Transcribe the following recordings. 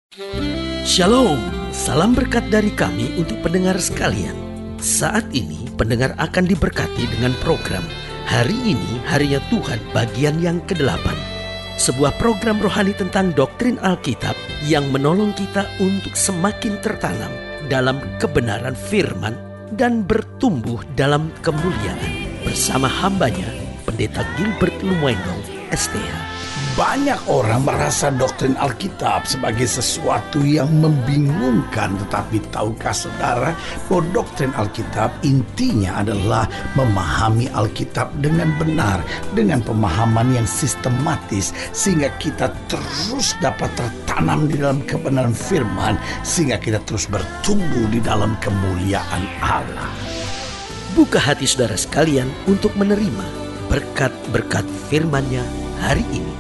Shalom, salam berkat dari kami untuk pendengar sekalian. Saat ini pendengar akan diberkati dengan program Hari Ini Harinya Tuhan bagian yang ke-8. Sebuah program rohani tentang doktrin Alkitab yang menolong kita untuk semakin tertanam dalam kebenaran firman dan bertumbuh dalam kemuliaan. Bersama hambanya, Pendeta Gilbert Lumwendong, STH. Banyak orang merasa doktrin Alkitab sebagai sesuatu yang membingungkan. Tetapi tahukah saudara bahwa doktrin Alkitab intinya adalah memahami Alkitab dengan benar, dengan pemahaman yang sistematis, sehingga kita terus dapat tertanam di dalam kebenaran firman, sehingga kita terus bertumbuh di dalam kemuliaan Allah. Buka hati saudara sekalian untuk menerima berkat-berkat firman-Nya hari ini.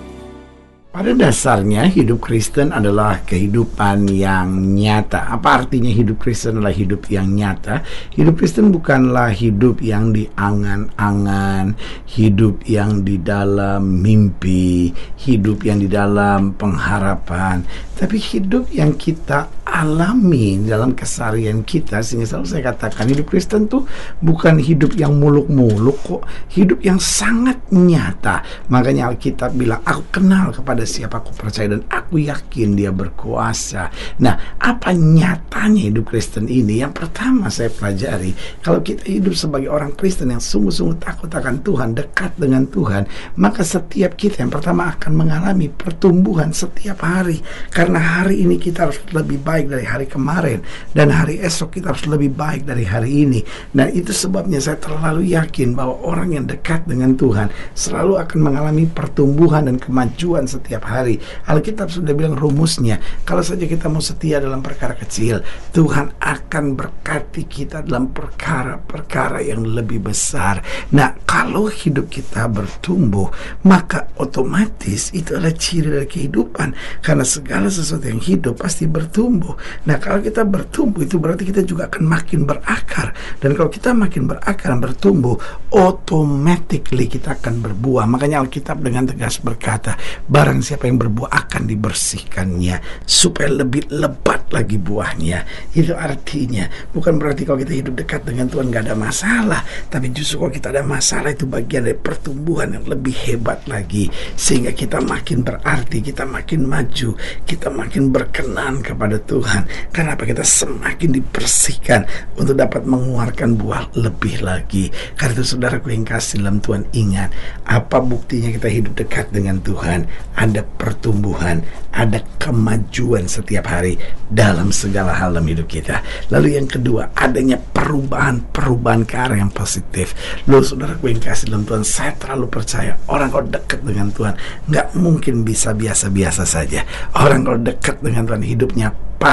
Pada dasarnya hidup Kristen adalah kehidupan yang nyata. Apa artinya hidup Kristen adalah hidup yang nyata? Hidup Kristen bukanlah hidup yang di angan-angan, hidup yang di dalam mimpi, hidup yang di dalam pengharapan, tapi hidup yang kita alami dalam keseharian kita. Sehingga selalu saya katakan hidup Kristen tuh bukan hidup yang muluk-muluk kok, hidup yang sangat nyata. Makanya Alkitab bilang, aku kenal kepada siapa aku percaya dan aku yakin dia berkuasa. Nah, apa nyatanya hidup Kristen ini? Yang pertama saya pelajari, kalau kita hidup sebagai orang Kristen yang sungguh-sungguh takut akan Tuhan, dekat dengan Tuhan, maka setiap kita yang pertama akan mengalami pertumbuhan setiap hari. Karena hari ini kita harus lebih baik dari hari kemarin, dan hari esok kita harus lebih baik dari hari ini. Dan itu sebabnya saya terlalu yakin bahwa orang yang dekat dengan Tuhan selalu akan mengalami pertumbuhan dan kemajuan setiap hari. Alkitab sudah bilang rumusnya, kalau saja kita mau setia dalam perkara kecil, Tuhan akan berkati kita dalam perkara-perkara yang lebih besar. Nah, kalau hidup kita bertumbuh, maka otomatis itu adalah ciri dari kehidupan. Karena segala sesuatu yang hidup pasti bertumbuh. Nah, kalau kita bertumbuh, itu berarti kita juga akan makin berakar. Dan kalau kita makin berakar dan bertumbuh, automatically kita akan berbuah. Makanya Alkitab dengan tegas berkata, barang siapa yang berbuah akan dibersihkannya supaya lebih lebat lagi buahnya. Itu artinya bukan berarti kalau kita hidup dekat dengan Tuhan gak ada masalah, tapi justru kalau kita ada masalah, itu bagian dari pertumbuhan yang lebih hebat lagi, sehingga kita makin berarti, kita makin maju, kita makin berkenan kepada Tuhan. Kenapa? Kita semakin dibersihkan untuk dapat mengeluarkan buah lebih lagi. Karena itu saudaraku yang kasih dalam Tuhan, ingat, apa buktinya kita hidup dekat dengan Tuhan? Ada pertumbuhan, ada kemajuan setiap hari dalam segala hal dalam hidup kita. Lalu yang kedua, adanya perubahan ke arah yang positif. Lalu saudaraku yang kasih dalam Tuhan, saya terlalu percaya orang kalau dekat dengan Tuhan gak mungkin bisa biasa-biasa saja. Orang kalau dekat dengan Tuhan, hidupnya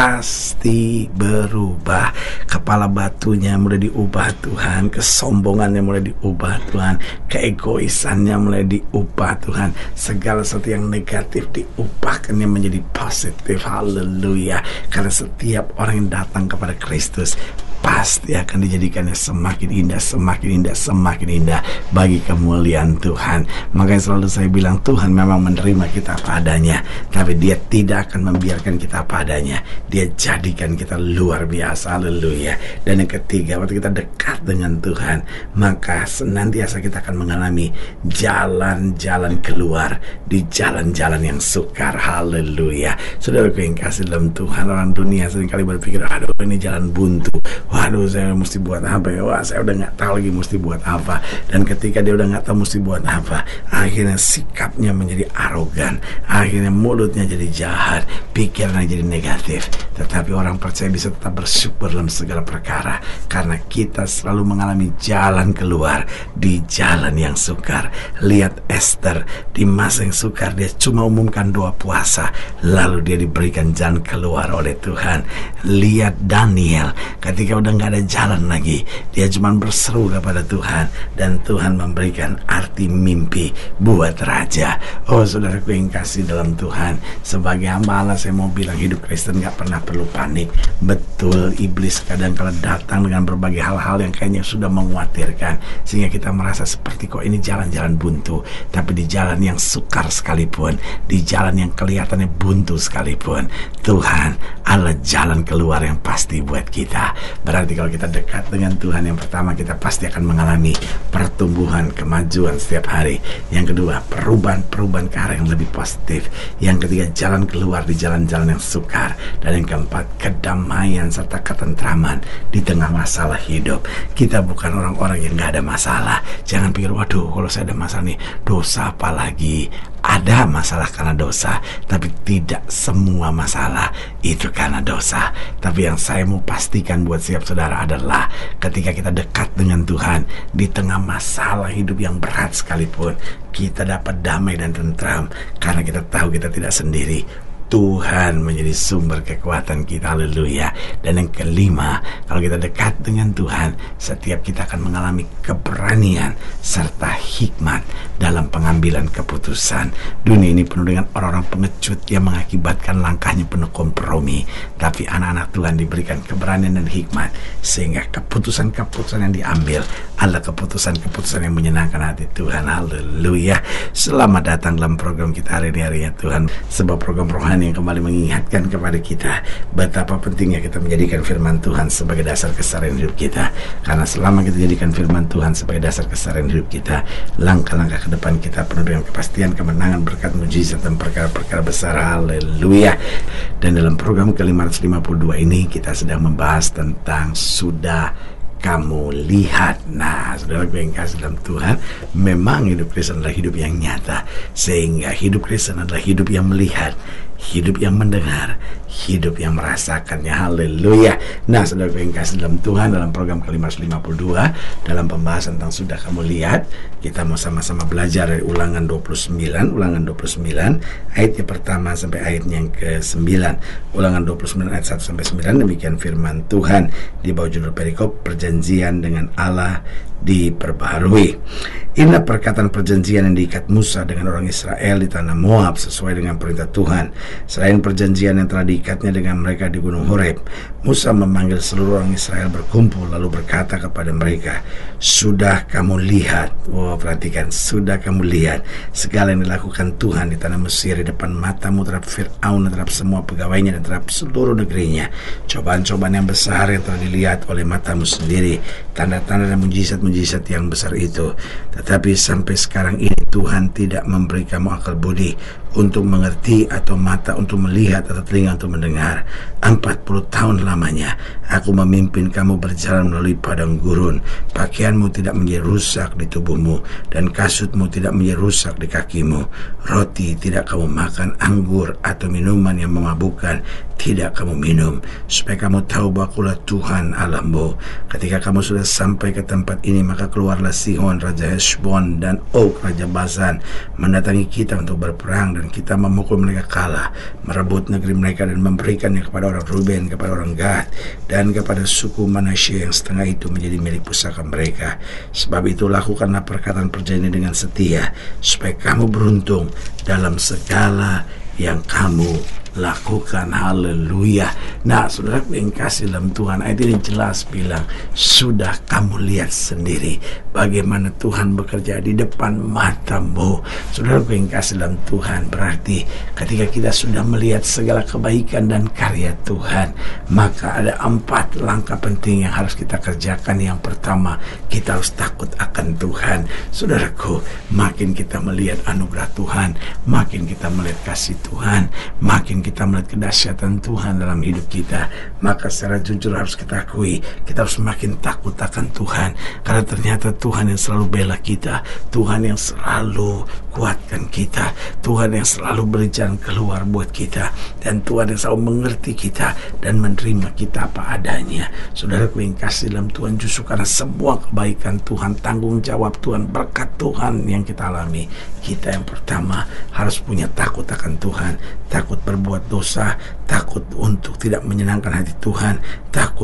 pasti berubah. Kepala batunya mulai diubah Tuhan, kesombongannya mulai diubah Tuhan, keegoisannya mulai diubah Tuhan, segala sesuatu yang negatif diubahkannya menjadi positif. Haleluya. Karena setiap orang yang datang kepada Kristus pasti akan dijadikannya semakin indah, semakin indah, semakin indah bagi kemuliaan Tuhan. Makanya selalu saya bilang, Tuhan memang menerima kita apa adanya, tapi Dia tidak akan membiarkan kita apa adanya. Dia jadikan kita luar biasa. Haleluya. Dan yang ketiga, waktu kita dekat dengan Tuhan, maka senantiasa kita akan mengalami jalan-jalan keluar di jalan-jalan yang sukar. Haleluya. Saudaraku yang kasih dalam Tuhan, orang dunia seringkali berpikir, aduh ini jalan buntu, waduh saya mesti buat apa ya, wah saya udah gak tahu lagi mesti buat apa. Dan ketika dia udah gak tahu mesti buat apa, akhirnya sikapnya menjadi arogan, akhirnya mulutnya jadi jahat, pikirannya jadi negatif. Tetapi orang percaya bisa tetap bersyukur dalam segala perkara, karena kita selalu mengalami jalan keluar di jalan yang sukar. Lihat Esther, di masa yang sukar dia cuma umumkan doa puasa, lalu dia diberikan jalan keluar oleh Tuhan. Lihat Daniel, ketika udah nggak ada jalan lagi. Dia cuma berseru kepada Tuhan, dan Tuhan memberikan arti mimpi buat raja. Oh saudaraku yang kasih dalam Tuhan, sebagai hamba Allah saya mau bilang hidup Kristen nggak pernah perlu panik. Betul, iblis kadang-kala datang dengan berbagai hal-hal yang kayaknya sudah mengkhawatirkan, sehingga kita merasa seperti kok ini jalan-jalan buntu. Tapi di jalan yang sukar sekalipun, di jalan yang kelihatannya buntu sekalipun, Tuhan adalah jalan keluar yang pasti buat kita. Berarti kalau kita dekat dengan Tuhan, yang pertama kita pasti akan mengalami pertumbuhan, kemajuan setiap hari. Yang kedua, perubahan ke arah yang lebih positif. Yang ketiga, jalan keluar di jalan-jalan yang sukar. Dan yang keempat, kedamaian serta ketentraman di tengah masalah hidup. Kita bukan orang-orang yang gak ada masalah. Jangan pikir, waduh kalau saya ada masalah nih, dosa apa lagi? Ada masalah karena dosa, tapi tidak semua masalah itu karena dosa. Tapi yang saya mau pastikan buat setiap saudara adalah ketika kita dekat dengan Tuhan, di tengah masalah hidup yang berat sekalipun, kita dapat damai dan tentram karena kita tahu kita tidak sendiri. Tuhan menjadi sumber kekuatan kita, haleluya. Dan yang kelima, kalau kita dekat dengan Tuhan, setiap kita akan mengalami keberanian serta hikmat dalam pengambilan keputusan. Dunia ini penuh dengan orang-orang pengecut yang mengakibatkan langkahnya penuh kompromi. Tapi anak-anak Tuhan diberikan keberanian dan hikmat, sehingga keputusan-keputusan yang diambil adalah keputusan-keputusan yang menyenangkan hati Tuhan, haleluya. Selamat datang dalam program kita hari ini, harinya Tuhan, sebuah program rohani yang kembali mengingatkan kepada kita betapa pentingnya kita menjadikan firman Tuhan sebagai dasar keseharian hidup kita. Karena selama kita jadikan firman Tuhan sebagai dasar keseharian hidup kita, langkah-langkah ke depan kita penuh dengan kepastian, kemenangan, berkat, mujizat, dan perkara-perkara besar, haleluya. Dan dalam program ke-552 ini kita sedang membahas tentang sudah kamu lihat. Nah, saudara yang kasih dalam Tuhan, memang hidup Kristen adalah hidup yang nyata, sehingga hidup Kristen adalah hidup yang melihat, hidup yang mendengar, hidup yang merasakannya, haleluya. Nah, saudara yang kasih dalam Tuhan, dalam program ke-552, dalam pembahasan tentang sudah kamu lihat, kita mau sama-sama belajar dari Ulangan 29 ayat yang pertama sampai ayat yang ke-9. Ulangan 29 ayat 1 sampai 9, demikian firman Tuhan di bawah judul perikop perjanjian dengan Allah diperbaharui. Inilah perkataan perjanjian yang diikat Musa dengan orang Israel di tanah Moab sesuai dengan perintah Tuhan. Selain perjanjian yang telah diikatnya dengan mereka di Gunung Horeb, Musa memanggil seluruh orang Israel berkumpul lalu berkata kepada mereka, sudah kamu lihat, perhatikan, sudah kamu lihat segala yang dilakukan Tuhan di tanah Mesir di depan matamu terhadap Fir'aun dan terhadap semua pegawainya dan terhadap seluruh negerinya. Cobaan-cobaan yang besar yang telah dilihat oleh matamu sendiri, tanda-tanda dan mujizat-mujizat yang besar itu. Tetapi sampai sekarang ini Tuhan tidak memberi kamu akal budi untuk mengerti, atau mata untuk melihat, atau telinga untuk mendengar. 40 tahun lamanya aku memimpin kamu berjalan melalui padang gurun. Pakaianmu tidak menjadi rusak di tubuhmu, dan kasutmu tidak menjadi rusak di kakimu. Roti tidak kamu makan, anggur atau minuman yang memabukkan tidak kamu minum, supaya kamu tahu bahwa Akulah Tuhan Allahmu. Ketika kamu sudah sampai ke tempat ini, maka keluarlah Sihon Raja Heshbon dan Og Raja Basan mendatangi kita untuk berperang, dan kita memukul mereka kalah, merebut negeri mereka dan memberikannya kepada orang Ruben, kepada orang Gad, dan kepada suku Manasye yang setengah itu menjadi milik pusaka mereka. Sebab itu lakukanlah perkataan perjanjian dengan setia, supaya kamu beruntung dalam segala yang kamu lakukan, haleluya. Nah, saudara yang kasih dalam Tuhan, ayat ini jelas bilang, sudah kamu lihat sendiri bagaimana Tuhan bekerja di depan matamu. Saudara yang kasih dalam Tuhan, berarti ketika kita sudah melihat segala kebaikan dan karya Tuhan, maka ada 4 langkah penting yang harus kita kerjakan. Yang pertama, kita harus takut akan Tuhan. Saudaraku, makin kita melihat anugerah Tuhan, makin kita melihat kasih Tuhan, makin kita melihat kedahsyatan Tuhan dalam hidup kita, maka secara jujur harus kita akui, kita harus makin takut akan Tuhan. Karena ternyata Tuhan yang selalu bela kita, Tuhan yang selalu kuatkan kita, Tuhan yang selalu beri jalan keluar buat kita, dan Tuhan yang selalu mengerti kita dan menerima kita apa adanya. Saudaraku yang kasih dalam Tuhan, justru karena semua kebaikan Tuhan, tanggung jawab Tuhan, berkat Tuhan yang kita alami, kita yang pertama harus punya takut akan Tuhan, takut berbuat dosa, takut untuk tidak menyenangkan hati Tuhan, takut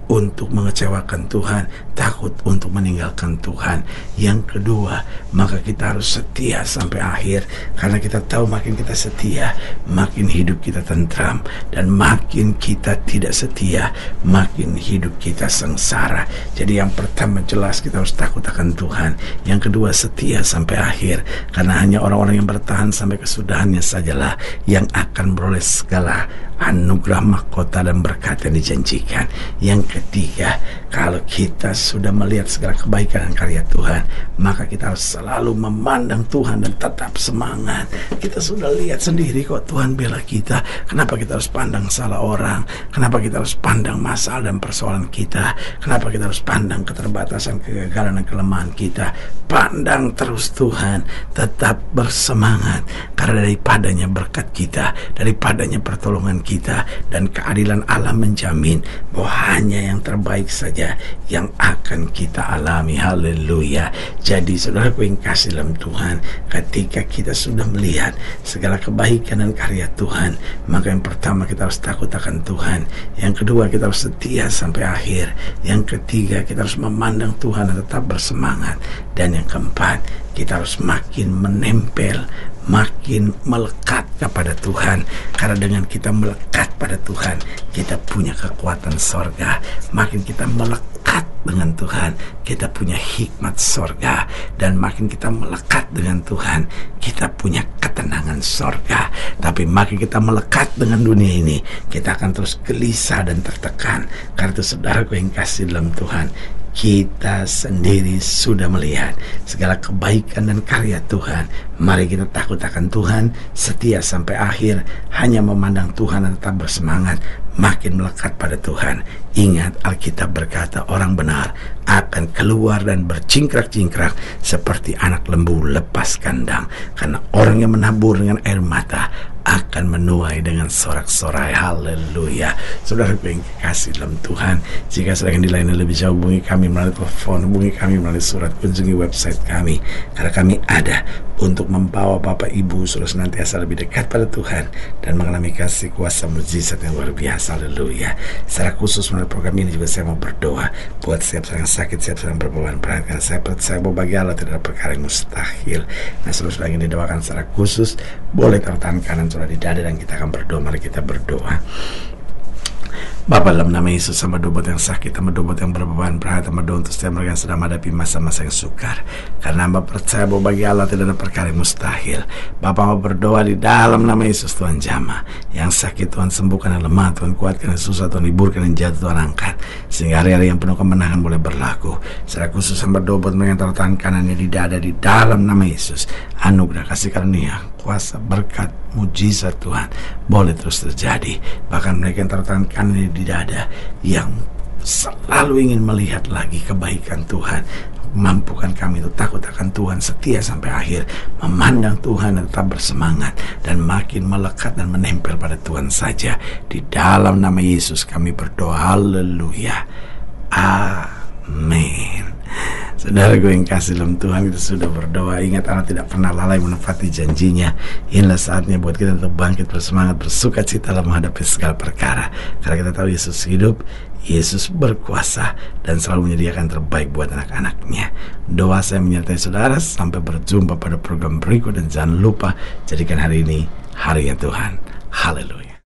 untuk mengecewakan Tuhan, takut untuk meninggalkan Tuhan. Yang kedua, maka kita harus setia sampai akhir, karena kita tahu makin kita setia, makin hidup kita tentram, dan makin kita tidak setia, makin hidup kita sengsara. Jadi yang pertama jelas kita harus takut akan Tuhan. Yang kedua, setia sampai akhir, karena hanya orang-orang yang bertahan sampai kesudahannya sajalah yang akan beroleh segala anugerah, mahkota, dan berkat yang dijanjikan. Yang ketiga, kalau kita sudah melihat segala kebaikan dan karya Tuhan, maka kita harus selalu memandang Tuhan dan tetap semangat. Kita sudah lihat sendiri kok Tuhan bela kita. Kenapa kita harus pandang salah orang? Kenapa kita harus pandang masalah dan persoalan kita? Kenapa kita harus pandang keterbatasan, kegagalan, dan kelemahan kita? Pandang terus Tuhan, tetap bersemangat, karena daripadanya berkat kita, daripadanya pertolongan kita, dan keadilan Allah menjamin bahwa hanya yang terbaik saja yang akan kita alami. Haleluya. Jadi saudaraku yang kasih dalam Tuhan, ketika kita sudah melihat segala kebaikan dan karya Tuhan, maka yang pertama kita harus takut akan Tuhan. Yang kedua, kita harus setia sampai akhir. Yang ketiga, kita harus memandang Tuhan dan tetap bersemangat. Dan yang keempat, kita harus makin menempel, makin melekat kepada Tuhan. Karena dengan kita melekat pada Tuhan, kita punya kekuatan sorga. Makin kita melekat dengan Tuhan, kita punya hikmat sorga. Dan makin kita melekat dengan Tuhan, kita punya ketenangan sorga. Tapi makin kita melekat dengan dunia ini, kita akan terus gelisah dan tertekan. Karena itu saudaraku yang kasih dalam Tuhan, kita sendiri sudah melihat segala kebaikan dan karya Tuhan. Mari kita takut akan Tuhan, setia sampai akhir, hanya memandang Tuhan dan tetap bersemangat, makin melekat pada Tuhan. Ingat, Alkitab berkata orang benar akan keluar dan bercingkrak-cingkrak seperti anak lembu lepas kandang. Karena orang yang menabur dengan air mata akan menuai dengan sorak-sorai. Haleluya. Saudara yang kasih dalam Tuhan, jika sedang dilayani lebih jauh, hubungi kami melalui telepon, hubungi kami melalui surat, kunjungi website kami, karena kami ada untuk membawa Bapak Ibu sudah senantiasa lebih dekat pada Tuhan dan mengalami kasih kuasa mujizat yang luar biasa. Haleluya. Secara khusus melalui program ini juga saya mau berdoa buat setiap orang yang sakit, setiap orang yang berbeban berat, karena saya percaya bahwa bagi Allah tidak ada perkara yang mustahil. Nah, saudara ingin didoakan secara khusus, boleh taruh tangan kanan saudara di dada dan kita akan berdoa. Mari kita berdoa. Bapa, dalam nama Yesus, hamba doa buat yang sakit, hamba doa buat yang berbeban berat, hamba doa untuk setiap mereka yang sedang menghadapi masa-masa yang sukar. Karena hamba percaya bahwa bagi Allah tidak ada perkara yang mustahil. Bapa, hamba berdoa di dalam nama Yesus, Tuhan jamah yang sakit, Tuhan sembuhkan, yang lemah Tuhan kuatkan, yang susah Tuhan hiburkan, yang jatuh Tuhan angkat, sehingga hari-hari yang penuh kemenangan boleh berlaku. Secara khusus hamba doa buat mereka yang taruh tangan kanannya di dada, di dalam nama Yesus, anugerah, kasih karunia, kuasa, berkat, mujizat Tuhan boleh terus terjadi. Bahkan mereka yang taruh tangan kanannya di dada, yang selalu ingin melihat lagi kebaikan Tuhan, mampukan kami itu takut akan Tuhan, setia sampai akhir, memandang Tuhan dan tetap bersemangat, dan makin melekat dan menempel pada Tuhan saja. Di dalam nama Yesus kami berdoa. Haleluya. Amin. Saudara gue yang kasih dalam Tuhan, kita sudah berdoa. Ingat, Allah tidak pernah lalai menepati janjinya. Inilah saatnya buat kita untuk bangkit bersemangat, bersuka cita dalam menghadapi segala perkara. Karena kita tahu Yesus hidup, Yesus berkuasa, dan selalu menyediakan terbaik buat anak-anaknya. Doa saya menyertai saudara. Sampai berjumpa pada program berikut, dan jangan lupa jadikan hari ini hari yang Tuhan. Haleluya.